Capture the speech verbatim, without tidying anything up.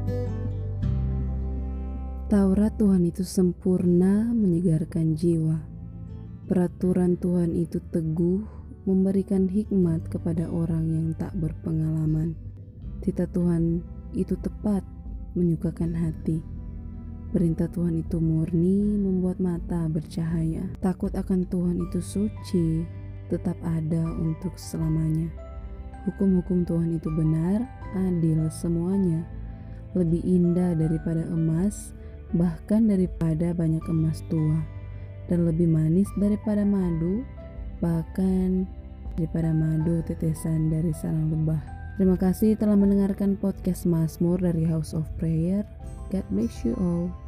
Taurat Tuhan itu sempurna, menyegarkan jiwa. Peraturan Tuhan itu teguh, memberikan hikmat kepada orang yang tak berpengalaman. Titah Tuhan itu tepat, menyukakan hati. Perintah Tuhan itu murni, membuat mata bercahaya. Takut akan Tuhan itu suci, tetap ada untuk selamanya. Hukum-hukum Tuhan itu benar, adil semuanya. Lebih indah daripada emas, bahkan daripada banyak emas tua, dan lebih manis daripada madu, bahkan daripada madu tetesan dari sarang lebah. Terima kasih telah mendengarkan podcast Mazmur dari House of Prayer. God bless you all.